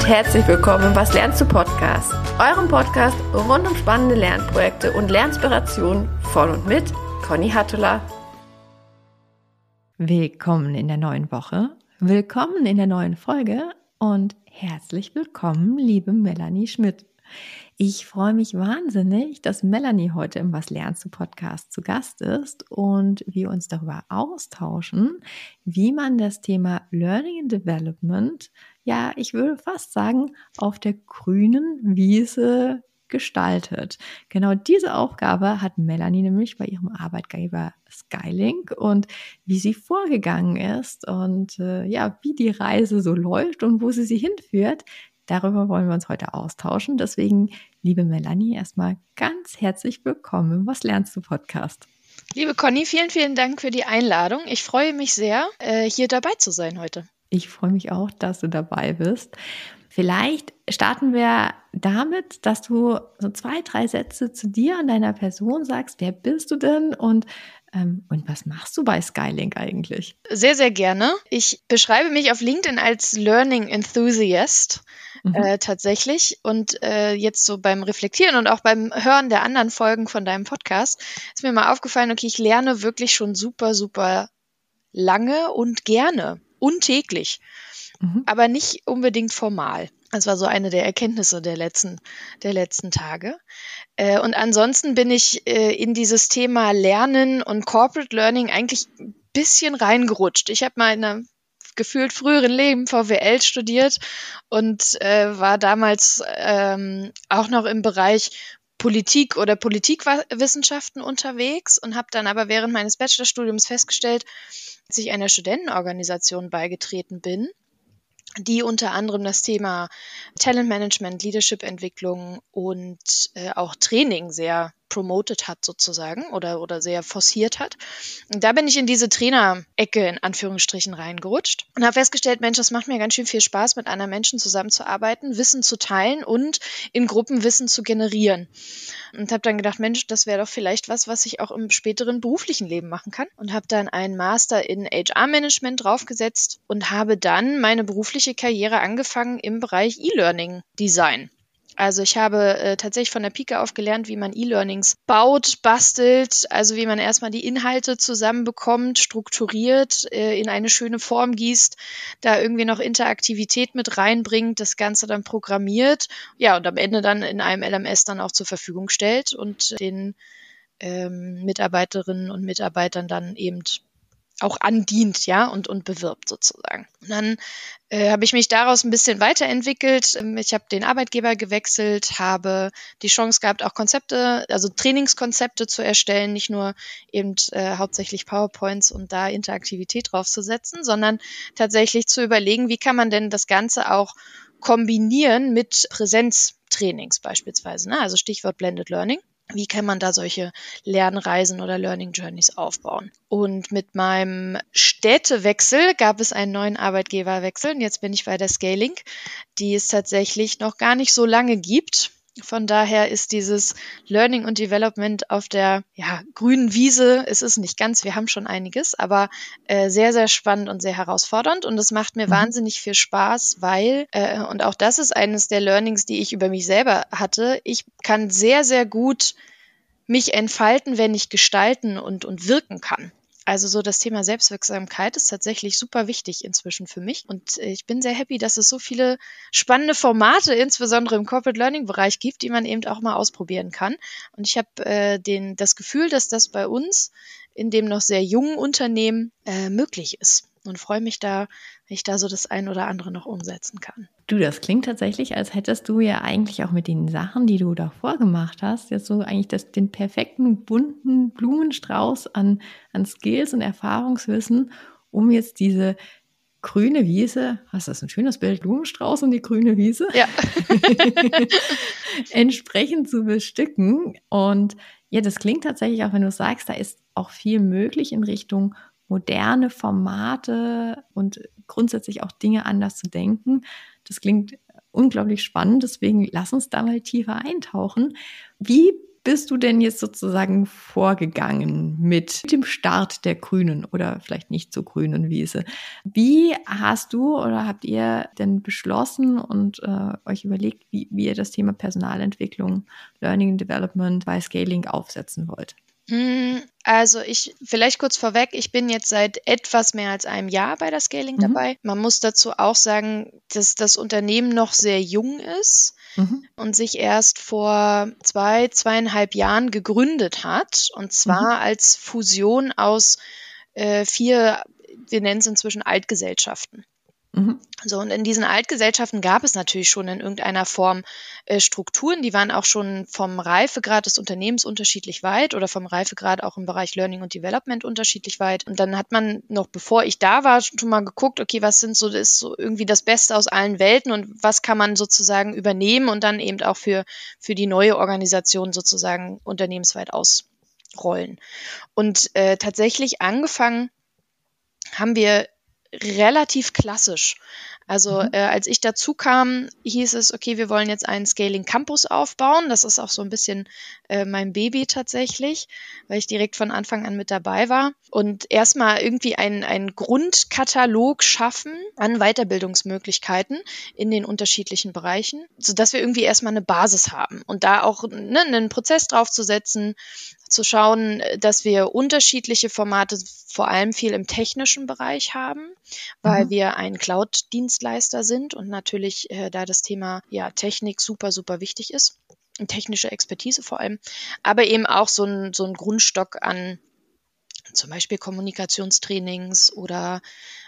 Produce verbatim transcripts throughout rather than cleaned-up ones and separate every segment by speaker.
Speaker 1: und herzlich willkommen im Was lernst du Podcast, eurem Podcast rund um spannende Lernprojekte und Lerninspiration von und mit Conny Hattula.
Speaker 2: Willkommen in der neuen Woche, willkommen in der neuen Folge und herzlich willkommen, liebe Melanie Schmidt. Ich freue mich wahnsinnig, dass Melanie heute im Was lernst du Podcast zu Gast ist und wir uns darüber austauschen, wie man das Thema Learning and Development, ja, ich würde fast sagen, auf der grünen Wiese gestaltet. Genau diese Aufgabe hat Melanie nämlich bei ihrem Arbeitgeber Skylink und wie sie vorgegangen ist und äh, ja, wie die Reise so läuft und wo sie sie hinführt. Darüber wollen wir uns heute austauschen. Deswegen, liebe Melanie, erstmal ganz herzlich willkommen im Was lernst du Podcast.
Speaker 3: Liebe Conny, vielen, vielen Dank für die Einladung. Ich freue mich sehr, hier dabei zu sein heute.
Speaker 2: Ich freue mich auch, dass du dabei bist. Vielleicht starten wir damit, dass du so zwei, drei Sätze zu dir und deiner Person sagst. Wer bist du denn und ähm, und was machst du bei Skylink eigentlich?
Speaker 3: Sehr, sehr gerne. Ich beschreibe mich auf LinkedIn als Learning Enthusiast. Mhm. Äh, tatsächlich. Und äh, jetzt so beim Reflektieren und auch beim Hören der anderen Folgen von deinem Podcast ist mir mal aufgefallen, okay, ich lerne wirklich schon super, super lange und gerne und täglich, mhm. aber nicht unbedingt formal. Das war so eine der Erkenntnisse der letzten, der letzten Tage. Äh, und ansonsten bin ich äh, in dieses Thema Lernen und Corporate Learning eigentlich ein bisschen reingerutscht. Ich habe mal in einer gefühlt früheren Leben V W L studiert und äh, war damals ähm, auch noch im Bereich Politik oder Politikwissenschaften unterwegs und habe dann aber während meines Bachelorstudiums festgestellt, als ich einer Studentenorganisation beigetreten bin, die unter anderem das Thema Talentmanagement, Leadership-Entwicklung und äh, auch Training sehr promoted hat sozusagen oder, oder sehr forciert hat. Und da bin ich in diese Trainer-Ecke in Anführungsstrichen reingerutscht und habe festgestellt, Mensch, das macht mir ganz schön viel Spaß, mit anderen Menschen zusammenzuarbeiten, Wissen zu teilen und in Gruppen Wissen zu generieren. Und habe dann gedacht, Mensch, das wäre doch vielleicht was, was ich auch im späteren beruflichen Leben machen kann. Und habe dann einen Master in H R-Management draufgesetzt und habe dann meine berufliche Karriere angefangen im Bereich E-Learning-Design. Also ich habe äh, tatsächlich von der Pike auf gelernt, wie man E-Learnings baut, bastelt, also wie man erstmal die Inhalte zusammenbekommt, strukturiert, äh, in eine schöne Form gießt, da irgendwie noch Interaktivität mit reinbringt, das Ganze dann programmiert, ja, und am Ende dann in einem L M S dann auch zur Verfügung stellt und den ähm, Mitarbeiterinnen und Mitarbeitern dann eben auch andient, ja, und, und bewirbt sozusagen. Und dann äh, habe ich mich daraus ein bisschen weiterentwickelt. Ich habe den Arbeitgeber gewechselt, habe die Chance gehabt, auch Konzepte, also Trainingskonzepte zu erstellen, nicht nur eben äh, hauptsächlich PowerPoints und da Interaktivität draufzusetzen, sondern tatsächlich zu überlegen, wie kann man denn das Ganze auch kombinieren mit Präsenztrainings beispielsweise, ne? Also Stichwort Blended Learning. Wie kann man da solche Lernreisen oder Learning Journeys aufbauen? Und mit meinem Städtewechsel gab es einen neuen Arbeitgeberwechsel. Und jetzt bin ich bei der Skylink, die es tatsächlich noch gar nicht so lange gibt. Von daher ist dieses Learning und Development auf der ja, grünen Wiese, es ist nicht ganz, wir haben schon einiges, aber äh, sehr, sehr spannend und sehr herausfordernd und es macht mir mhm. wahnsinnig viel Spaß, weil, äh, und auch das ist eines der Learnings, die ich über mich selber hatte, ich kann sehr, sehr gut mich entfalten, wenn ich gestalten und, und wirken kann. Also so das Thema Selbstwirksamkeit ist tatsächlich super wichtig inzwischen für mich und ich bin sehr happy, dass es so viele spannende Formate, insbesondere im Corporate Learning Bereich gibt, die man eben auch mal ausprobieren kann. Und ich habe äh, den das Gefühl, dass das bei uns in dem noch sehr jungen Unternehmen äh, möglich ist und freue mich da, wenn ich da so das ein oder andere noch umsetzen kann.
Speaker 2: Du, das klingt tatsächlich, als hättest du ja eigentlich auch mit den Sachen, die du davor gemacht hast, jetzt so eigentlich das, den perfekten, bunten Blumenstrauß an, an Skills und Erfahrungswissen, um jetzt diese grüne Wiese, hast du das ein schönes Bild, Blumenstrauß und die grüne Wiese?
Speaker 3: Ja.
Speaker 2: entsprechend zu bestücken. Und ja, das klingt tatsächlich auch, wenn du sagst, da ist auch viel möglich in Richtung moderne Formate und grundsätzlich auch Dinge anders zu denken. Das klingt unglaublich spannend, deswegen lass uns da mal tiefer eintauchen. Wie bist du denn jetzt sozusagen vorgegangen mit dem Start der grünen oder vielleicht nicht so grünen Wiese? Wie hast du oder habt ihr denn beschlossen und äh, euch überlegt, wie, wie ihr das Thema Personalentwicklung, Learning and Development bei Scaling aufsetzen wollt?
Speaker 3: Also ich, vielleicht kurz vorweg, ich bin jetzt seit etwas mehr als einem Jahr bei der Scaling
Speaker 2: Mhm.
Speaker 3: dabei. Man muss dazu auch sagen, dass das Unternehmen noch sehr jung ist
Speaker 2: Mhm.
Speaker 3: und sich erst vor zwei, zweieinhalb Jahren gegründet hat. Und zwar
Speaker 2: Mhm.
Speaker 3: als Fusion aus äh, vier, wir nennen es inzwischen Altgesellschaften.
Speaker 2: Mhm.
Speaker 3: So, und in diesen Altgesellschaften gab es natürlich schon in irgendeiner Form äh, Strukturen, die waren auch schon vom Reifegrad des Unternehmens unterschiedlich weit oder vom Reifegrad auch im Bereich Learning und Development unterschiedlich weit. Und dann hat man noch, bevor ich da war, schon mal geguckt, okay, was sind so, das ist so irgendwie das Beste aus allen Welten und was kann man sozusagen übernehmen und dann eben auch für, für die neue Organisation sozusagen unternehmensweit ausrollen. Und äh, tatsächlich angefangen haben wir relativ klassisch. Also
Speaker 2: Mhm.
Speaker 3: äh, als ich dazu kam, hieß es, okay, wir wollen jetzt einen Scaling Campus aufbauen. Das ist auch so ein bisschen äh, mein Baby tatsächlich, weil ich direkt von Anfang an mit dabei war. Und erstmal irgendwie einen, einen Grundkatalog schaffen an Weiterbildungsmöglichkeiten in den unterschiedlichen Bereichen, sodass wir irgendwie erstmal eine Basis haben und da auch ne, einen Prozess draufzusetzen, zu schauen, dass wir unterschiedliche Formate vor allem viel im technischen Bereich haben, weil
Speaker 2: Mhm.
Speaker 3: wir ein Cloud-Dienstleister sind und natürlich äh, da das Thema ja, Technik super, super wichtig ist. Und technische Expertise vor allem, aber eben auch so ein, so ein Grundstock an zum Beispiel Kommunikationstrainings oder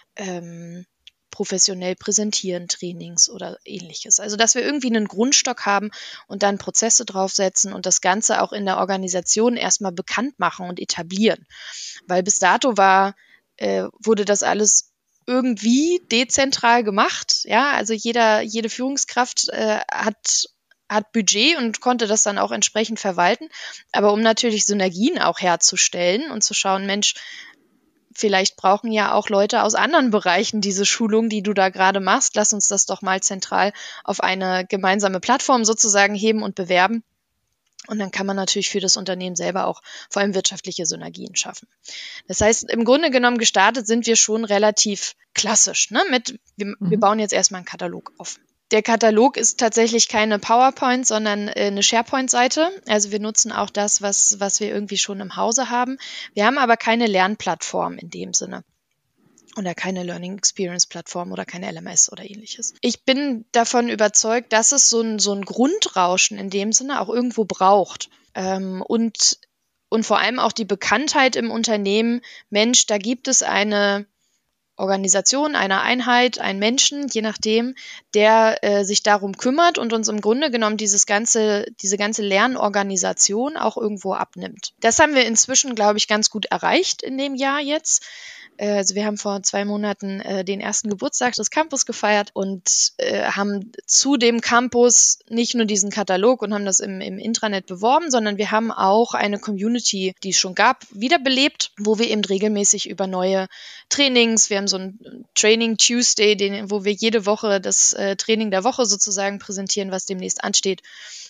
Speaker 3: ähm, professionell präsentieren Trainings oder ähnliches. Also, dass wir irgendwie einen Grundstock haben und dann Prozesse draufsetzen und das Ganze auch in der Organisation erstmal bekannt machen und etablieren. Weil bis dato war, äh, wurde das alles irgendwie dezentral gemacht. Ja, also jeder, jede Führungskraft äh, hat hat Budget und konnte das dann auch entsprechend verwalten. Aber um natürlich Synergien auch herzustellen und zu schauen, Mensch, vielleicht brauchen ja auch Leute aus anderen Bereichen diese Schulung, die du da gerade machst. Lass uns das doch mal zentral auf eine gemeinsame Plattform sozusagen heben und bewerben. Und dann kann man natürlich für das Unternehmen selber auch vor allem wirtschaftliche Synergien schaffen. Das heißt, im Grunde genommen gestartet sind wir schon relativ klassisch, ne? Mit, wir, wir
Speaker 2: Mhm.
Speaker 3: bauen jetzt erstmal einen Katalog auf. Der Katalog ist tatsächlich keine PowerPoint, sondern äh, eine SharePoint-Seite. Also wir nutzen auch das, was, was wir irgendwie schon im Hause haben. Wir haben aber keine Lernplattform in dem Sinne. Oder keine Learning Experience Plattform oder keine L M S oder ähnliches. Ich bin davon überzeugt, dass es so ein, so ein Grundrauschen in dem Sinne auch irgendwo braucht. Ähm, und, und vor allem auch die Bekanntheit im Unternehmen, Mensch, da gibt es eine Organisation, eine Einheit, einen Menschen, je nachdem, der äh, sich darum kümmert und uns im Grunde genommen dieses ganze, diese ganze Lernorganisation auch irgendwo abnimmt. Das haben wir inzwischen, glaube ich, ganz gut erreicht in dem Jahr jetzt. Also wir haben vor zwei Monaten äh, den ersten Geburtstag des Campus gefeiert und äh, haben zu dem Campus nicht nur diesen Katalog und haben das im, im Intranet beworben, sondern wir haben auch eine Community, die es schon gab, wiederbelebt, wo wir eben regelmäßig über neue Trainings, wir haben so ein Training Tuesday, den, wo wir jede Woche das äh, Training der Woche sozusagen präsentieren, was demnächst ansteht.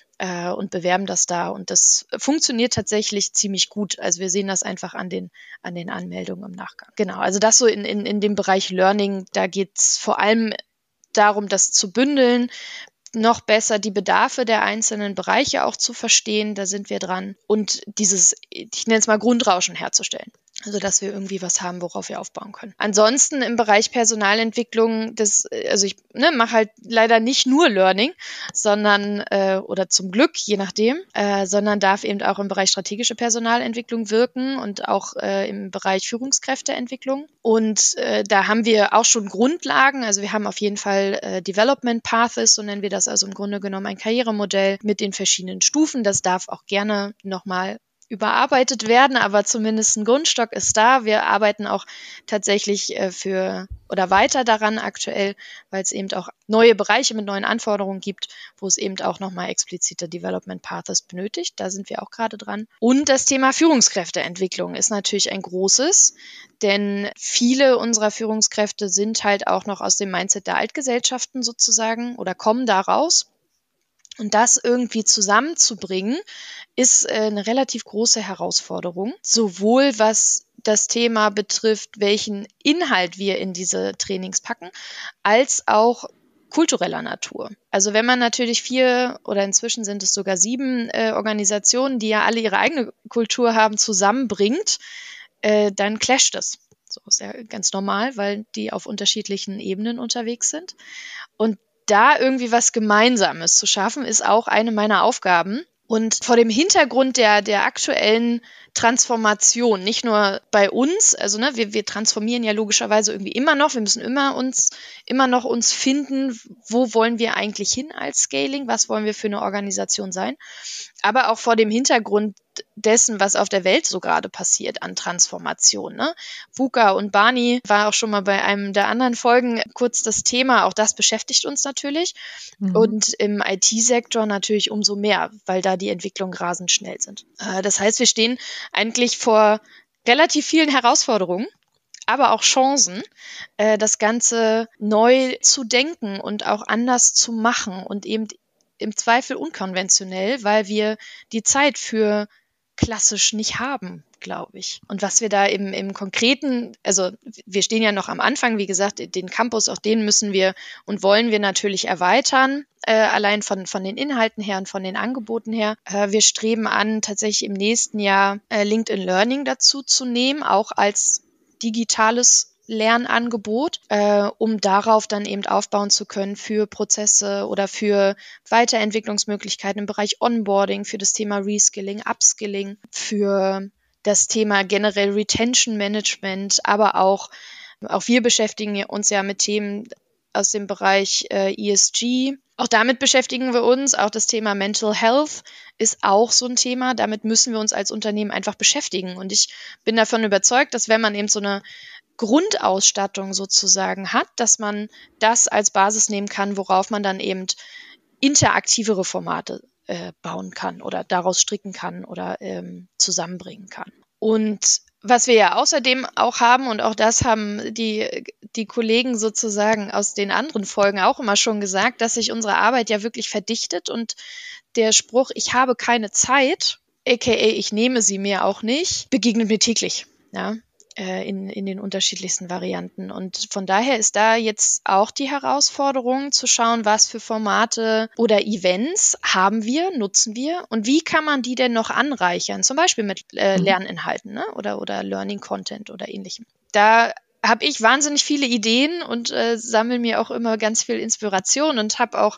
Speaker 3: Und bewerben das da. Und das funktioniert tatsächlich ziemlich gut. Also wir sehen das einfach an den, an den Anmeldungen im Nachgang. Genau, also das so in, in, in dem Bereich Learning, da geht es vor allem darum, das zu bündeln, noch besser die Bedarfe der einzelnen Bereiche auch zu verstehen. Da sind wir dran. Und dieses, ich nenne es mal Grundrauschen herzustellen. Also, dass wir irgendwie was haben, worauf wir aufbauen können. Ansonsten im Bereich Personalentwicklung, das, also ich ne, mache halt leider nicht nur Learning, sondern, äh, oder zum Glück, je nachdem, äh, sondern darf eben auch im Bereich strategische Personalentwicklung wirken und auch äh, im Bereich Führungskräfteentwicklung. Und äh, da haben wir auch schon Grundlagen. Also wir haben auf jeden Fall äh, Development Paths, so nennen wir das, also im Grunde genommen ein Karrieremodell mit den verschiedenen Stufen. Das darf auch gerne nochmal überarbeitet werden, aber zumindest ein Grundstock ist da. Wir arbeiten auch tatsächlich äh, für oder weiter daran aktuell, weil es eben auch neue Bereiche mit neuen Anforderungen gibt, wo es eben auch nochmal explizite Development Paths benötigt. Da sind wir auch gerade dran. Und das Thema Führungskräfteentwicklung ist natürlich ein großes, denn viele unserer Führungskräfte sind halt auch noch aus dem Mindset der Altgesellschaften sozusagen oder kommen da raus. Und das irgendwie zusammenzubringen, ist äh, eine relativ große Herausforderung, sowohl was das Thema betrifft, welchen Inhalt wir in diese Trainings packen, als auch kultureller Natur. Also wenn man natürlich vier oder inzwischen sind es sogar sieben äh, Organisationen, die ja alle ihre eigene Kultur haben, zusammenbringt, äh, dann clasht es. So ist ja ganz normal, weil die auf unterschiedlichen Ebenen unterwegs sind. Und da irgendwie was Gemeinsames zu schaffen, ist auch eine meiner Aufgaben. Und vor dem Hintergrund der, der aktuellen Transformation, nicht nur bei uns, also ne, wir, wir transformieren ja logischerweise irgendwie immer noch, wir müssen immer uns, immer noch uns finden, wo wollen wir eigentlich hin als Scaling, was wollen wir für eine Organisation sein, aber auch vor dem Hintergrund dessen, was auf der Welt so gerade passiert an Transformation. Ne? VUCA und Barney war auch schon mal bei einem der anderen Folgen kurz das Thema, auch das beschäftigt uns natürlich. Mhm. Und im I T-Sektor natürlich umso mehr, weil da die Entwicklungen rasend schnell sind. Äh, das heißt, wir stehen eigentlich vor relativ vielen Herausforderungen, aber auch Chancen, äh, das Ganze neu zu denken und auch anders zu machen und eben im Zweifel unkonventionell, weil wir die Zeit für klassisch nicht haben, glaube ich. Und was wir da im, im Konkreten, also wir stehen ja noch am Anfang, wie gesagt, den Campus, auch den müssen wir und wollen wir natürlich erweitern, äh, allein von, von den Inhalten her und von den Angeboten her. Äh, wir streben an, tatsächlich im nächsten Jahr äh, LinkedIn Learning dazu zu nehmen, auch als digitales Lernangebot, äh, um darauf dann eben aufbauen zu können für Prozesse oder für Weiterentwicklungsmöglichkeiten im Bereich Onboarding, für das Thema Reskilling, Upskilling, für das Thema generell Retention Management, aber auch, auch wir beschäftigen uns ja mit Themen aus dem Bereich äh, E S G. Auch damit beschäftigen wir uns. Auch das Thema Mental Health ist auch so ein Thema. Damit müssen wir uns als Unternehmen einfach beschäftigen. Und ich bin davon überzeugt, dass wenn man eben so eine Grundausstattung sozusagen hat, dass man das als Basis nehmen kann, worauf man dann eben interaktivere Formate äh, bauen kann oder daraus stricken kann oder ähm, zusammenbringen kann. Und was wir ja außerdem auch haben, und auch das haben die, die Kollegen sozusagen aus den anderen Folgen auch immer schon gesagt, dass sich unsere Arbeit ja wirklich verdichtet und der Spruch, ich habe keine Zeit, aka ich nehme sie mir auch nicht, begegnet mir täglich, ja. In, in den unterschiedlichsten Varianten. Und von daher ist da jetzt auch die Herausforderung zu schauen, was für Formate oder Events haben wir, nutzen wir und wie kann man die denn noch anreichern, zum Beispiel mit äh, Lerninhalten, ne? oder, oder Learning Content oder ähnlichem. Da habe ich wahnsinnig viele Ideen und äh, sammle mir auch immer ganz viel Inspiration und habe auch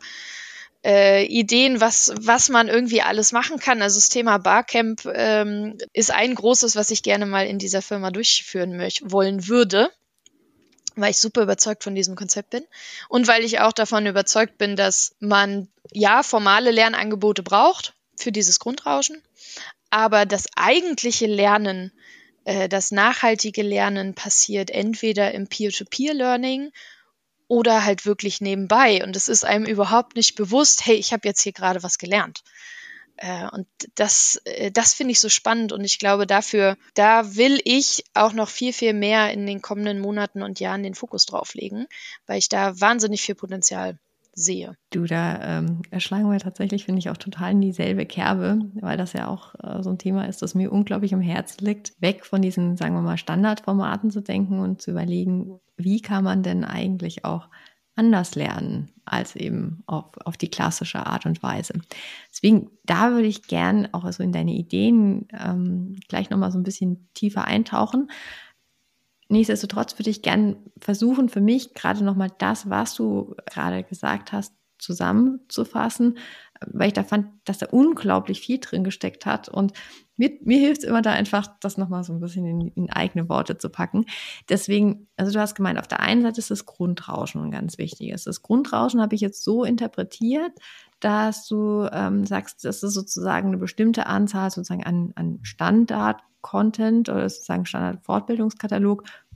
Speaker 3: Äh, Ideen, was, was man irgendwie alles machen kann. Also das Thema Barcamp ähm, ist ein großes, was ich gerne mal in dieser Firma durchführen möch- wollen würde, weil ich super überzeugt von diesem Konzept bin und weil ich auch davon überzeugt bin, dass man ja formale Lernangebote braucht für dieses Grundrauschen, aber das eigentliche Lernen, äh, das nachhaltige Lernen passiert entweder im Peer-to-Peer-Learning oder halt wirklich nebenbei. Und es ist einem überhaupt nicht bewusst, hey, ich habe jetzt hier gerade was gelernt. Äh, und das, äh, das finde ich so spannend. Und ich glaube, dafür, da will ich auch noch viel, viel mehr in den kommenden Monaten und Jahren den Fokus drauf legen, weil ich da wahnsinnig viel Potenzial sehe.
Speaker 2: Du, da ähm, erschlagen wir tatsächlich, finde ich, auch total in dieselbe Kerbe, weil das ja auch äh, so ein Thema ist, das mir unglaublich am Herzen liegt, weg von diesen, sagen wir mal, Standardformaten zu denken und zu überlegen, wie kann man denn eigentlich auch anders lernen, als eben auf, auf die klassische Art und Weise. Deswegen, da würde ich gern auch so in deine Ideen ähm, gleich nochmal so ein bisschen tiefer eintauchen. Nichtsdestotrotz würde ich gern versuchen, für mich gerade nochmal das, was du gerade gesagt hast, zusammenzufassen, weil ich da fand, dass da unglaublich viel drin gesteckt hat und mir, mir hilft es immer da einfach, das nochmal so ein bisschen in, in eigene Worte zu packen. Deswegen, also du hast gemeint, auf der einen Seite ist das Grundrauschen ein ganz wichtiges. Das Grundrauschen habe ich jetzt so interpretiert, dass du ähm, sagst, das ist sozusagen eine bestimmte Anzahl sozusagen an, an Standard-Content oder sozusagen Standard-Fortbildungskatalog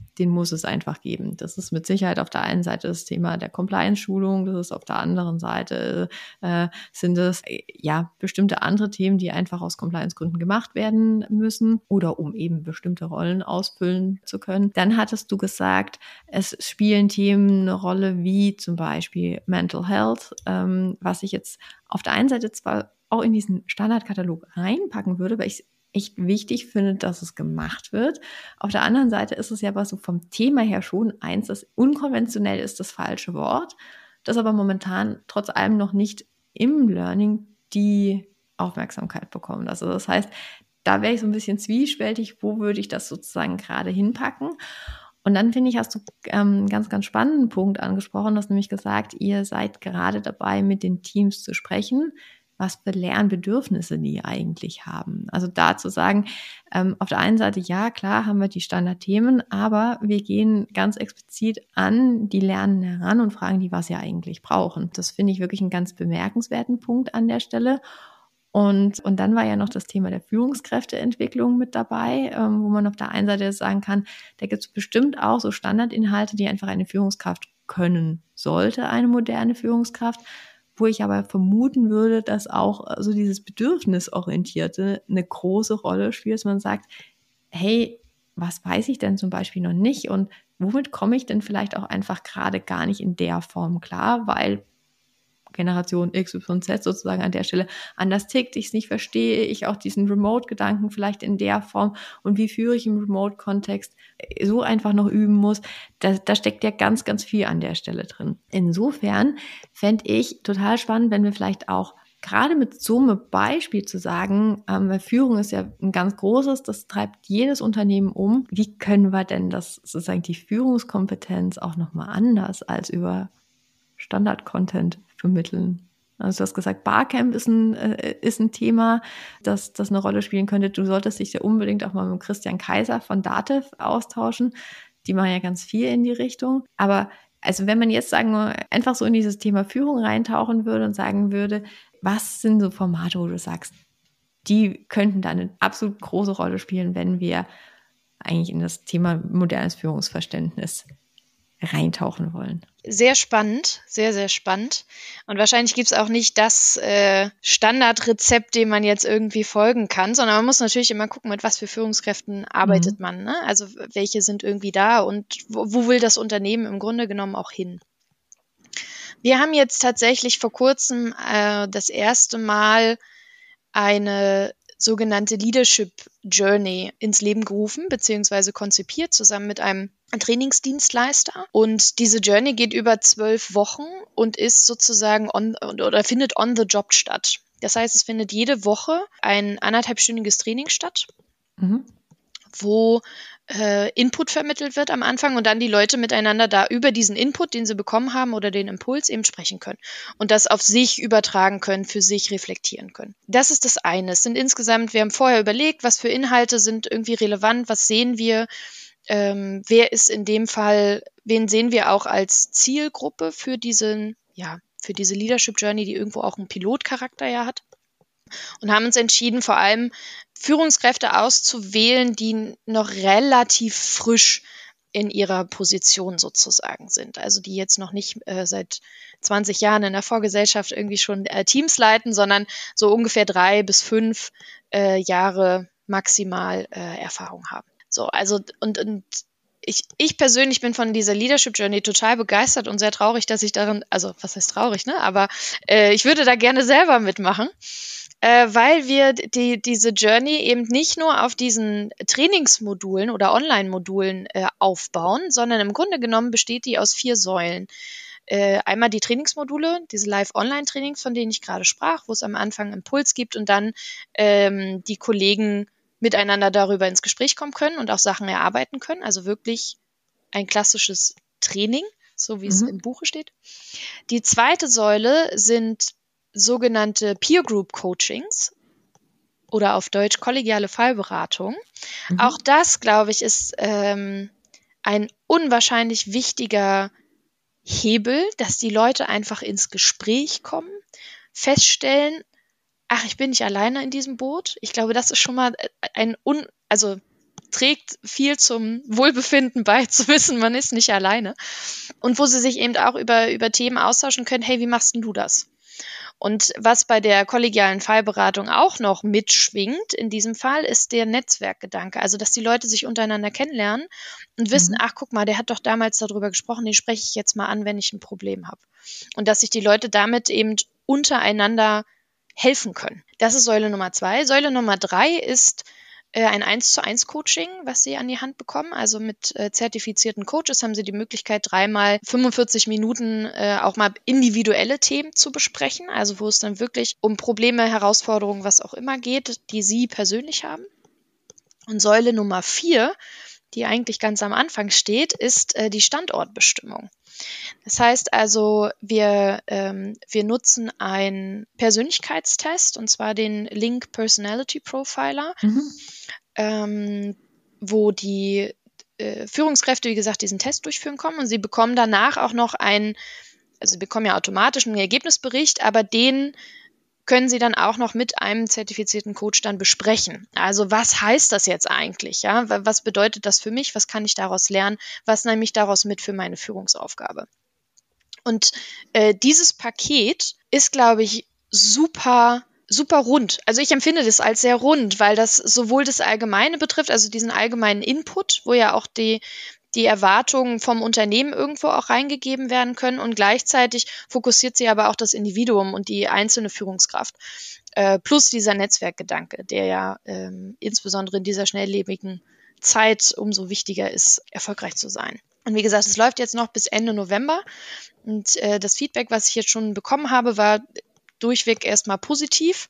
Speaker 2: den muss es einfach geben. Das ist mit Sicherheit auf der einen Seite das Thema der Compliance-Schulung, das ist auf der anderen Seite, äh, sind es äh, ja bestimmte andere Themen, die einfach aus Compliance-Gründen gemacht werden müssen oder um eben bestimmte Rollen ausfüllen zu können. Dann hattest du gesagt, es spielen Themen eine Rolle wie zum Beispiel Mental Health, ähm, was ich jetzt auf der einen Seite zwar auch in diesen Standardkatalog reinpacken würde, weil ich echt wichtig finde, dass es gemacht wird. Auf der anderen Seite ist es ja aber so vom Thema her schon eins, das unkonventionell ist das falsche Wort, das aber momentan trotz allem noch nicht im Learning die Aufmerksamkeit bekommt. Also das heißt, da wäre ich so ein bisschen zwiespältig, wo würde ich das sozusagen gerade hinpacken? Und dann finde ich, hast du ähm, einen ganz, ganz spannenden Punkt angesprochen, du hast nämlich gesagt, ihr seid gerade dabei, mit den Teams zu sprechen, was für Lernbedürfnisse die eigentlich haben. Also da zu sagen, ähm, auf der einen Seite, ja, klar haben wir die Standardthemen, aber wir gehen ganz explizit an die Lernenden heran und fragen die, was sie eigentlich brauchen. Das finde ich wirklich einen ganz bemerkenswerten Punkt an der Stelle. Und, und dann war ja noch das Thema der Führungskräfteentwicklung mit dabei, ähm, wo man auf der einen Seite sagen kann, da gibt es bestimmt auch so Standardinhalte, die einfach eine Führungskraft können sollte, eine moderne Führungskraft, wo ich aber vermuten würde, dass auch so dieses Bedürfnisorientierte eine große Rolle spielt, dass man sagt, hey, was weiß ich denn zum Beispiel noch nicht und womit komme ich denn vielleicht auch einfach gerade gar nicht in der Form klar, weil Generation X Y Z sozusagen an der Stelle anders tickt, ich es nicht verstehe, ich auch diesen Remote-Gedanken vielleicht in der Form und wie führe ich im Remote-Kontext so einfach noch üben muss, da, da steckt ja ganz, ganz viel an der Stelle drin. Insofern fände ich total spannend, wenn wir vielleicht auch gerade mit so einem Beispiel zu sagen, ähm, Führung ist ja ein ganz großes, das treibt jedes Unternehmen um. Wie können wir denn das sozusagen die Führungskompetenz auch nochmal anders als über Standard-Content vermitteln? Also du hast gesagt, Barcamp ist ein, äh, ist ein Thema, das, das eine Rolle spielen könnte. Du solltest dich ja unbedingt auch mal mit Christian Kaiser von Datev austauschen. Die machen ja ganz viel in die Richtung. Aber also wenn man jetzt sagen wir, einfach so in dieses Thema Führung reintauchen würde und sagen würde, was sind so Formate, wo du sagst, die könnten da eine absolut große Rolle spielen, wenn wir eigentlich in das Thema modernes Führungsverständnis reintauchen wollen.
Speaker 3: Sehr spannend, sehr, sehr spannend. Und wahrscheinlich gibt es auch nicht das äh, Standardrezept, dem man jetzt irgendwie folgen kann, sondern man muss natürlich immer gucken, mit was für Führungskräften arbeitet mhm. man. Ne? Also welche sind irgendwie da und wo, wo will das Unternehmen im Grunde genommen auch hin? Wir haben jetzt tatsächlich vor kurzem äh, das erste Mal eine sogenannte Leadership Journey ins Leben gerufen bzw. konzipiert, zusammen mit einem Trainingsdienstleister. Und diese Journey geht über zwölf Wochen und ist sozusagen on, oder findet on the job statt. Das heißt, es findet jede Woche ein anderthalbstündiges Training statt, mhm. wo äh, Input vermittelt wird am Anfang und dann die Leute miteinander da über diesen Input, den sie bekommen haben oder den Impuls eben sprechen können und das auf sich übertragen können, für sich reflektieren können. Das ist das eine. Es sind insgesamt, wir haben vorher überlegt, was für Inhalte sind irgendwie relevant, was sehen wir, ähm, wer ist in dem Fall, wen sehen wir auch als Zielgruppe für diesen, ja, für diese Leadership Journey, die irgendwo auch einen Pilotcharakter ja hat. Und haben uns entschieden, vor allem Führungskräfte auszuwählen, die noch relativ frisch in ihrer Position sozusagen sind. Also die jetzt noch nicht äh, seit zwanzig Jahren in der Vorgesellschaft irgendwie schon äh, Teams leiten, sondern so ungefähr drei bis fünf äh, Jahre maximal äh, Erfahrung haben. So, also und, und ich, ich persönlich bin von dieser Leadership Journey total begeistert und sehr traurig, dass ich darin, also was heißt traurig, ne? Aber äh, ich würde da gerne selber mitmachen. Äh, weil wir die, diese Journey eben nicht nur auf diesen Trainingsmodulen oder Online-Modulen äh, aufbauen, sondern im Grunde genommen besteht die aus vier Säulen. Äh, einmal die Trainingsmodule, diese Live-Online-Trainings, von denen ich gerade sprach, wo es am Anfang Impuls gibt und dann ähm, die Kollegen miteinander darüber ins Gespräch kommen können und auch Sachen erarbeiten können. Also wirklich ein klassisches Training, so wie mhm. es im Buche steht. Die zweite Säule sind sogenannte Peer Group Coachings oder auf Deutsch kollegiale Fallberatung. Mhm. Auch das, glaube ich, ist ähm, ein unwahrscheinlich wichtiger Hebel, dass die Leute einfach ins Gespräch kommen, feststellen, ach, ich bin nicht alleine in diesem Boot. Ich glaube, das ist schon mal ein, un, also trägt viel zum Wohlbefinden bei, zu wissen, man ist nicht alleine. Und wo sie sich eben auch über, über Themen austauschen können, hey, wie machst denn du das? Und was bei der kollegialen Fallberatung auch noch mitschwingt, in diesem Fall, ist der Netzwerkgedanke. Also, dass die Leute sich untereinander kennenlernen und wissen, mhm. ach, guck mal, der hat doch damals darüber gesprochen, den spreche ich jetzt mal an, wenn ich ein Problem habe. Und dass sich die Leute damit eben untereinander helfen können. Das ist Säule Nummer zwei. Säule Nummer drei ist äh, ein eins zu eins Coaching, was Sie an die Hand bekommen. Also mit äh, zertifizierten Coaches haben Sie die Möglichkeit, dreimal fünfundvierzig Minuten äh, auch mal individuelle Themen zu besprechen. Also wo es dann wirklich um Probleme, Herausforderungen, was auch immer geht, die Sie persönlich haben. Und Säule Nummer vier, die eigentlich ganz am Anfang steht, ist äh, die Standortbestimmung. Das heißt also, wir, ähm, wir nutzen einen Persönlichkeitstest, und zwar den Link Personality Profiler, mhm. ähm, wo die äh, Führungskräfte, wie gesagt, diesen Test durchführen kommen, und sie bekommen danach auch noch einen, also sie bekommen ja automatisch einen Ergebnisbericht, aber den können Sie dann auch noch mit einem zertifizierten Coach dann besprechen. Also was heißt das jetzt eigentlich? Ja? Was bedeutet das für mich? Was kann ich daraus lernen? Was nehme ich daraus mit für meine Führungsaufgabe? Und äh, dieses Paket ist, glaube ich, super, super rund. Also ich empfinde das als sehr rund, weil das sowohl das Allgemeine betrifft, also diesen allgemeinen Input, wo ja auch die die Erwartungen vom Unternehmen irgendwo auch reingegeben werden können, und gleichzeitig fokussiert sie aber auch das Individuum und die einzelne Führungskraft. Äh, plus dieser Netzwerkgedanke, der ja ähm, insbesondere in dieser schnelllebigen Zeit umso wichtiger ist, erfolgreich zu sein. Und wie gesagt, es läuft jetzt noch bis Ende November, und äh, das Feedback, was ich jetzt schon bekommen habe, war durchweg erstmal positiv.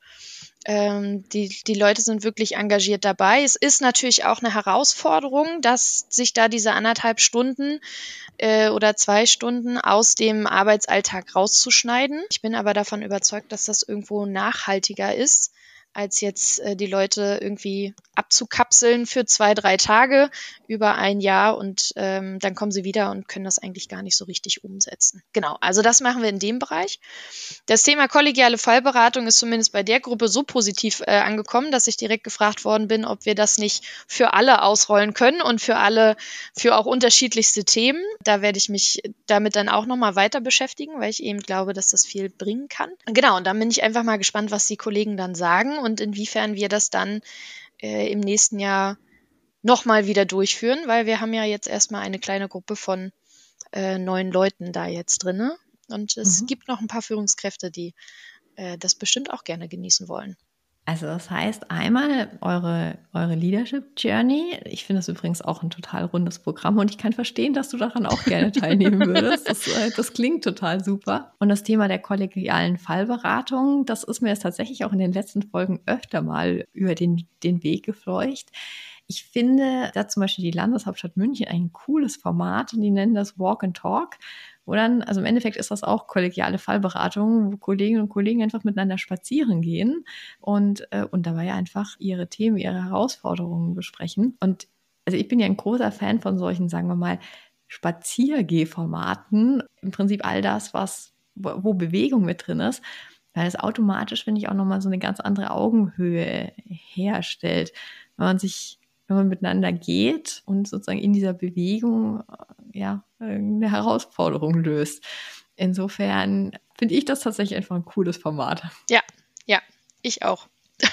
Speaker 3: Ähm, die, die Leute sind wirklich engagiert dabei. Es ist natürlich auch eine Herausforderung, dass sich da diese anderthalb Stunden äh, oder zwei Stunden aus dem Arbeitsalltag rauszuschneiden. Ich bin aber davon überzeugt, dass das irgendwo nachhaltiger ist, als jetzt äh, die Leute irgendwie abzukapseln für zwei, drei Tage über ein Jahr, und ähm, dann kommen sie wieder und können das eigentlich gar nicht so richtig umsetzen. Genau, also das machen wir in dem Bereich. Das Thema kollegiale Fallberatung ist zumindest bei der Gruppe so positiv äh, angekommen, dass ich direkt gefragt worden bin, ob wir das nicht für alle ausrollen können und für alle, für auch unterschiedlichste Themen. Da werde ich mich damit dann auch nochmal weiter beschäftigen, weil ich eben glaube, dass das viel bringen kann. Genau, und dann bin ich einfach mal gespannt, was die Kollegen dann sagen und inwiefern wir das dann äh, im nächsten Jahr nochmal wieder durchführen, weil wir haben ja jetzt erstmal eine kleine Gruppe von äh, neun Leuten da jetzt drin, und es mhm. gibt noch ein paar Führungskräfte, die äh, das bestimmt auch gerne genießen wollen.
Speaker 2: Also das heißt einmal eure, eure Leadership Journey. Ich finde das übrigens auch ein total rundes Programm, und ich kann verstehen, dass du daran auch gerne teilnehmen würdest. Das, das klingt total super. Und das Thema der kollegialen Fallberatung, das ist mir jetzt tatsächlich auch in den letzten Folgen öfter mal über den, den Weg gefleucht. Ich finde da zum Beispiel die Landeshauptstadt München ein cooles Format, und die nennen das Walk and Talk. Wo dann, also im Endeffekt ist das auch kollegiale Fallberatung, wo Kolleginnen und Kollegen einfach miteinander spazieren gehen und, äh, und dabei einfach ihre Themen, ihre Herausforderungen besprechen. Und also ich bin ja ein großer Fan von solchen, sagen wir mal, Spaziergehformaten. Im Prinzip all das, was, wo, wo Bewegung mit drin ist, weil es automatisch, finde ich, auch nochmal so eine ganz andere Augenhöhe herstellt. Wenn man sich wenn man miteinander geht und sozusagen in dieser Bewegung ja eine Herausforderung löst. Insofern finde ich das tatsächlich einfach ein cooles Format.
Speaker 3: Ja, ja, ich auch.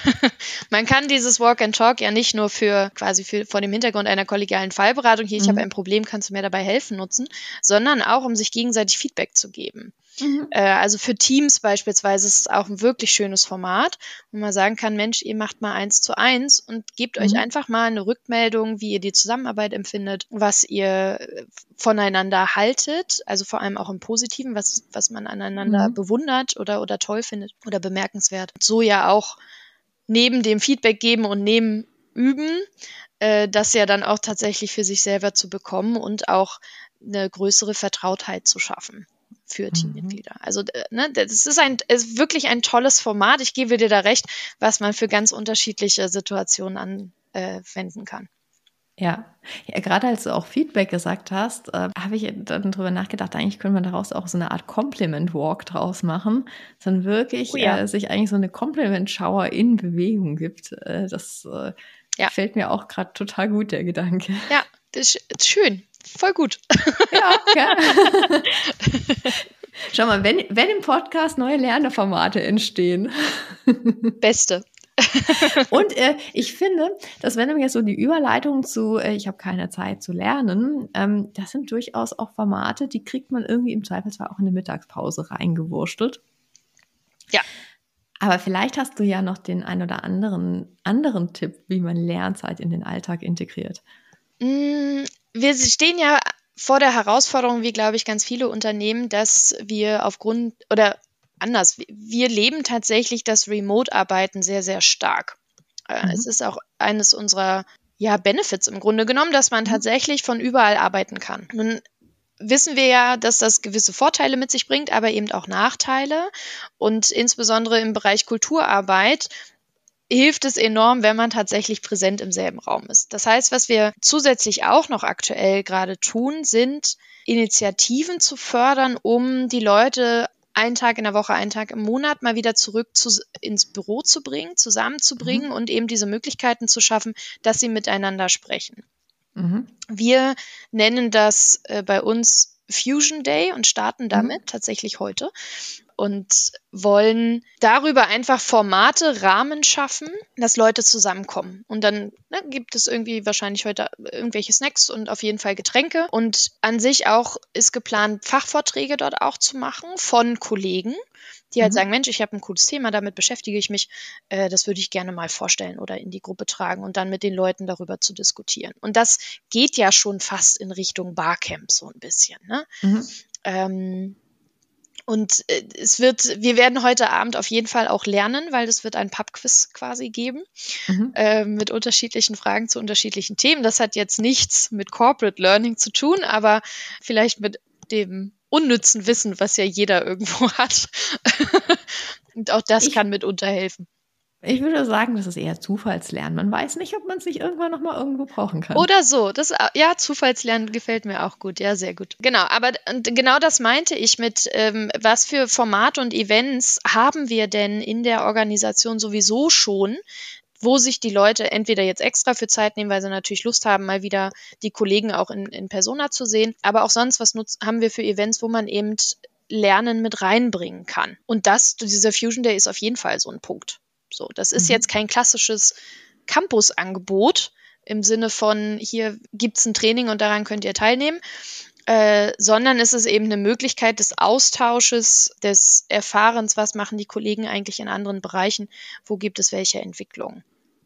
Speaker 3: Man kann dieses Walk and Talk ja nicht nur für quasi für, vor dem Hintergrund einer kollegialen Fallberatung, hier, ich mhm. habe ein Problem, kannst du mir dabei helfen, nutzen, sondern auch, um sich gegenseitig Feedback zu geben. Mhm. Äh, also für Teams beispielsweise ist es auch ein wirklich schönes Format, wo man sagen kann, Mensch, ihr macht mal eins zu eins und gebt mhm. euch einfach mal eine Rückmeldung, wie ihr die Zusammenarbeit empfindet, was ihr voneinander haltet, also vor allem auch im Positiven, was, was man aneinander mhm. bewundert oder, oder toll findet oder bemerkenswert. So ja auch neben dem Feedback geben und neben üben, äh, das ja dann auch tatsächlich für sich selber zu bekommen und auch eine größere Vertrautheit zu schaffen für mhm. Teammitglieder. Also äh, ne, das ist ein ist wirklich ein tolles Format. Ich gebe dir da recht, was man für ganz unterschiedliche Situationen anwenden kann.
Speaker 2: Ja. ja, gerade als du auch Feedback gesagt hast, äh, habe ich dann drüber nachgedacht, eigentlich könnte man daraus auch so eine Art Compliment-Walk draus machen, sondern wirklich oh ja. äh, sich eigentlich so eine Compliment-Shower in Bewegung gibt. Äh, das äh,
Speaker 3: Ja.
Speaker 2: Gefällt mir auch gerade total gut, der Gedanke.
Speaker 3: Ja, das ist schön. Voll gut.
Speaker 2: Ja, ja. Schau mal, wenn, wenn im Podcast neue Lernformate entstehen.
Speaker 3: Beste.
Speaker 2: Und äh, ich finde, dass wenn du jetzt so die Überleitung zu äh, ich habe keine Zeit zu lernen, ähm, das sind durchaus auch Formate, die kriegt man irgendwie im Zweifelsfall auch in eine Mittagspause reingewurstelt.
Speaker 3: Ja.
Speaker 2: Aber vielleicht hast du ja noch den ein oder anderen anderen Tipp, wie man Lernzeit in den Alltag integriert.
Speaker 3: Mm, wir stehen ja vor der Herausforderung, wie glaube ich ganz viele Unternehmen, dass wir aufgrund oder anders, wir leben tatsächlich das Remote-Arbeiten sehr, sehr stark. Äh,
Speaker 2: Mhm.
Speaker 3: Es ist auch eines unserer ja, Benefits im Grunde genommen, dass man
Speaker 2: Mhm.
Speaker 3: tatsächlich von überall arbeiten kann. Nun wissen wir ja, dass das gewisse Vorteile mit sich bringt, aber eben auch Nachteile. Und insbesondere im Bereich Kulturarbeit hilft es enorm, wenn man tatsächlich präsent im selben Raum ist. Das heißt, was wir zusätzlich auch noch aktuell gerade tun, sind Initiativen zu fördern, um die Leute einen Tag in der Woche, einen Tag im Monat mal wieder zurück zu, ins Büro zu bringen, zusammenzubringen
Speaker 2: Mhm.
Speaker 3: und eben diese Möglichkeiten zu schaffen, dass sie miteinander sprechen.
Speaker 2: Mhm.
Speaker 3: Wir nennen das äh, bei uns Fusion Day und starten damit
Speaker 2: Mhm.
Speaker 3: tatsächlich heute und wollen darüber einfach Formate, Rahmen schaffen, dass Leute zusammenkommen. Und dann ne, gibt es irgendwie wahrscheinlich heute irgendwelche Snacks und auf jeden Fall Getränke. Und an sich auch ist geplant, Fachvorträge dort auch zu machen von Kollegen, die halt
Speaker 2: Mhm.
Speaker 3: sagen, Mensch, ich habe ein cooles Thema, damit beschäftige ich mich, äh, das würde ich gerne mal vorstellen oder in die Gruppe tragen und dann mit den Leuten darüber zu diskutieren. Und das geht ja schon fast in Richtung Barcamp so ein bisschen. Ne?
Speaker 2: Mhm.
Speaker 3: Ähm, und äh, es wird, wir werden heute Abend auf jeden Fall auch lernen, weil es wird ein Pub-Quiz quasi geben
Speaker 2: Mhm.
Speaker 3: äh, mit unterschiedlichen Fragen zu unterschiedlichen Themen. Das hat jetzt nichts mit Corporate Learning zu tun, aber vielleicht mit dem unnützen Wissen, was ja jeder irgendwo hat. Und auch das
Speaker 2: Ich-
Speaker 3: kann mitunter helfen.
Speaker 2: Ich würde sagen, das ist eher Zufallslernen. Man weiß nicht, ob man es nicht irgendwann noch mal irgendwo brauchen kann.
Speaker 3: Oder so. Das, ja, Zufallslernen gefällt mir auch gut. Ja, sehr gut. Genau, aber und genau das meinte ich mit, ähm, was für Formate und Events haben wir denn in der Organisation sowieso schon, wo sich die Leute entweder jetzt extra für Zeit nehmen, weil sie natürlich Lust haben, mal wieder die Kollegen auch in, in Persona zu sehen, aber auch sonst, was nutz, haben wir für Events, wo man eben Lernen mit reinbringen kann. Und das, dieser Fusion Day ist auf jeden Fall so ein Punkt. So, das ist
Speaker 2: Mhm.
Speaker 3: jetzt kein klassisches Campus-Angebot im Sinne von, hier gibt's ein Training und daran könnt ihr teilnehmen, äh, sondern es ist eben eine Möglichkeit des Austausches, des Erfahrens, was machen die Kollegen eigentlich in anderen Bereichen, wo gibt es welche Entwicklungen.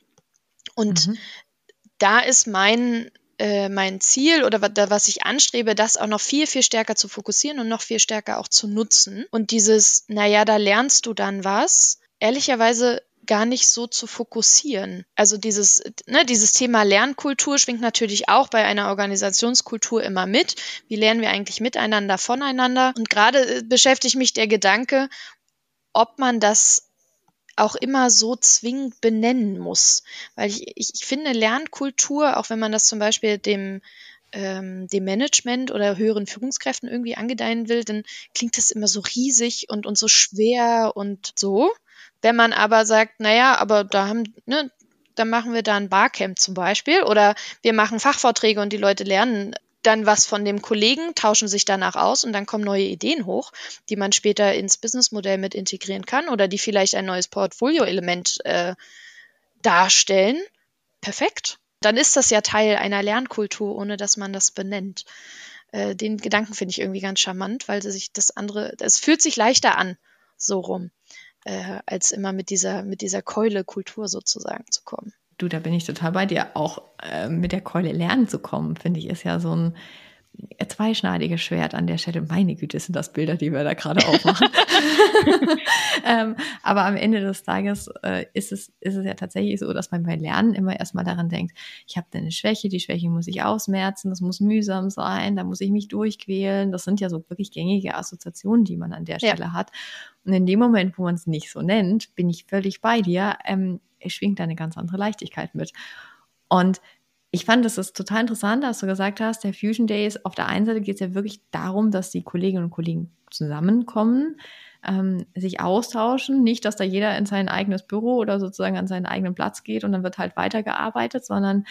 Speaker 3: Und
Speaker 2: Mhm.
Speaker 3: da ist mein, äh, mein Ziel oder was, was ich anstrebe, das auch noch viel, viel stärker zu fokussieren und noch viel stärker auch zu nutzen. Und dieses, naja, da lernst du dann was, ehrlicherweise gar nicht so zu fokussieren. Also dieses, ne, dieses Thema Lernkultur schwingt natürlich auch bei einer Organisationskultur immer mit. Wie lernen wir eigentlich miteinander, voneinander? Und gerade beschäftigt mich der Gedanke, ob man das auch immer so zwingend benennen muss. Weil ich, ich, ich finde Lernkultur, auch wenn man das zum Beispiel dem, ähm, dem Management oder höheren Führungskräften irgendwie angedeihen will, dann klingt das immer so riesig und, und so schwer und so. Wenn man aber sagt, naja, aber da haben, ne, dann machen wir da ein Barcamp zum Beispiel oder wir machen Fachvorträge und die Leute lernen dann was von dem Kollegen, tauschen sich danach aus und dann kommen neue Ideen hoch, die man später ins Businessmodell mit integrieren kann oder die vielleicht ein neues Portfolio-Element äh, darstellen. Perfekt. Dann ist das ja Teil einer Lernkultur, ohne dass man das benennt. Äh, den Gedanken finde ich irgendwie ganz charmant, weil sich das andere, es fühlt sich leichter an, so rum, äh, als immer mit dieser, mit dieser Keule-Kultur sozusagen zu kommen.
Speaker 2: Du, da bin ich total bei dir. Auch äh, mit der Keule lernen zu kommen, finde ich, ist ja so ein zweischneidiges Schwert an der Stelle. Meine Güte, sind das Bilder, die wir da gerade aufmachen. ähm, aber am Ende des Tages äh, ist es, ist es ja tatsächlich so, dass man bei Lernen immer erstmal daran denkt, ich habe da eine Schwäche, die Schwäche muss ich ausmerzen, das muss mühsam sein, da muss ich mich durchquälen. Das sind ja so wirklich gängige Assoziationen, die man an der Stelle ja. hat. Und in dem Moment, wo man es nicht so nennt, bin ich völlig bei dir, ähm, es schwingt da eine ganz andere Leichtigkeit mit. Und ich fand, das ist total interessant, dass du gesagt hast, der Fusion Day ist, auf der einen Seite geht es ja wirklich darum, dass die Kolleginnen und Kollegen zusammenkommen, ähm, sich austauschen. Nicht, dass da jeder in sein eigenes Büro oder sozusagen an seinen eigenen Platz geht und dann wird halt weitergearbeitet, sondern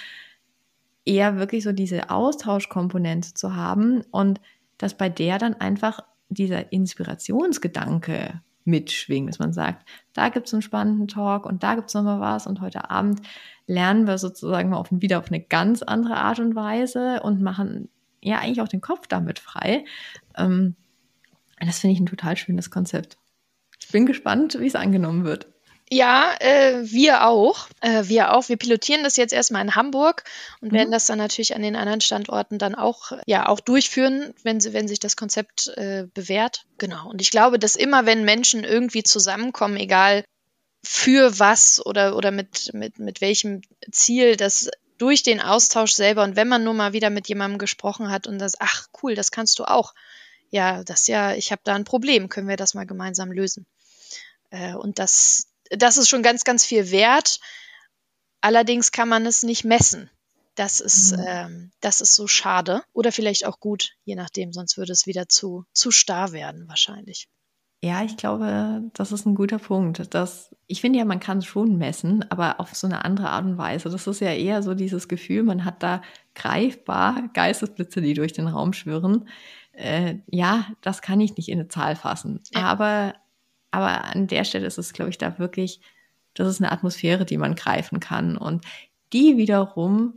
Speaker 2: eher wirklich so diese Austauschkomponente zu haben und dass bei der dann einfach dieser Inspirationsgedanke mitschwingt, dass man sagt, da gibt es einen spannenden Talk und da gibt es nochmal was und heute Abend lernen wir sozusagen mal auf, wieder auf eine ganz andere Art und Weise und machen ja eigentlich auch den Kopf damit frei. Ähm, das finde ich ein total schönes Konzept. Ich bin gespannt, wie es angenommen wird.
Speaker 3: Ja, äh, wir auch. Äh, wir auch. Wir pilotieren das jetzt erstmal in Hamburg und mhm. werden das dann natürlich an den anderen Standorten dann auch, ja, auch durchführen, wenn sie, wenn sich das Konzept äh, bewährt. Genau. Und ich glaube, dass immer, wenn Menschen irgendwie zusammenkommen, egal für was oder, oder mit, mit, mit welchem Ziel, dass durch den Austausch selber und wenn man nur mal wieder mit jemandem gesprochen hat und das, ach cool, das kannst du auch. Ja, das ja, ich habe da ein Problem, können wir das mal gemeinsam lösen. Äh, und das Das ist schon ganz, ganz viel wert. Allerdings kann man es nicht messen. Das ist, mhm. ähm, das ist so schade. Oder vielleicht auch gut, je nachdem. Sonst würde es wieder zu, zu starr werden wahrscheinlich.
Speaker 2: Ja, ich glaube, das ist ein guter Punkt. Das, ich finde ja, man kann es schon messen, aber auf so eine andere Art und Weise. Das ist ja eher so dieses Gefühl, man hat da greifbar Geistesblitze, die durch den Raum schwirren. Äh, ja, das kann ich nicht in eine Zahl fassen. Ja. Aber Aber an der Stelle ist es, glaube ich, da wirklich, das ist eine Atmosphäre, die man greifen kann. Und die wiederum,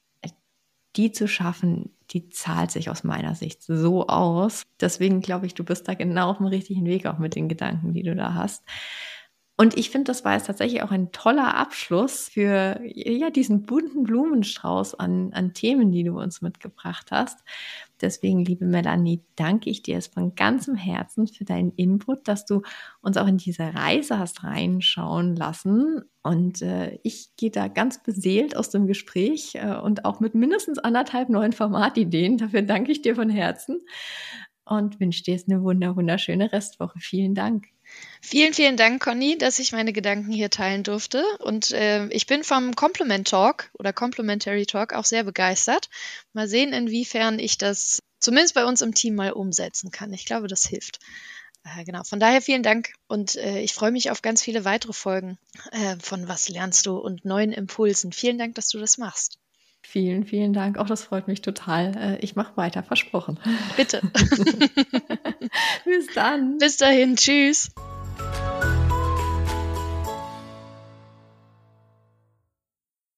Speaker 2: die zu schaffen, die zahlt sich aus meiner Sicht so aus. Deswegen glaube ich, du bist da genau auf dem richtigen Weg, auch mit den Gedanken, die du da hast. Und ich finde, das war jetzt tatsächlich auch ein toller Abschluss für ja, diesen bunten Blumenstrauß an, an Themen, die du uns mitgebracht hast. Deswegen, liebe Melanie, danke ich dir jetzt von ganzem Herzen für deinen Input, dass du uns auch in diese Reise hast reinschauen lassen. Und äh, ich gehe da ganz beseelt aus dem Gespräch äh, und auch mit mindestens anderthalb neuen Formatideen. Dafür danke ich dir von Herzen und wünsche dir jetzt eine wunder, wunderschöne Restwoche. Vielen Dank.
Speaker 3: Vielen, vielen Dank, Conny, dass ich meine Gedanken hier teilen durfte. Und äh, ich bin vom Compliment Talk oder Complementary Talk auch sehr begeistert. Mal sehen, inwiefern ich das zumindest bei uns im Team mal umsetzen kann. Ich glaube, das hilft. Äh, genau, von daher vielen Dank und äh, ich freue mich auf ganz viele weitere Folgen äh, von Was lernst du und neuen Impulsen. Vielen Dank, dass du das machst.
Speaker 2: Vielen, vielen Dank. Auch das freut mich total. Ich mache weiter, versprochen.
Speaker 3: Bitte.
Speaker 2: Bis dann.
Speaker 3: Bis dahin. Tschüss.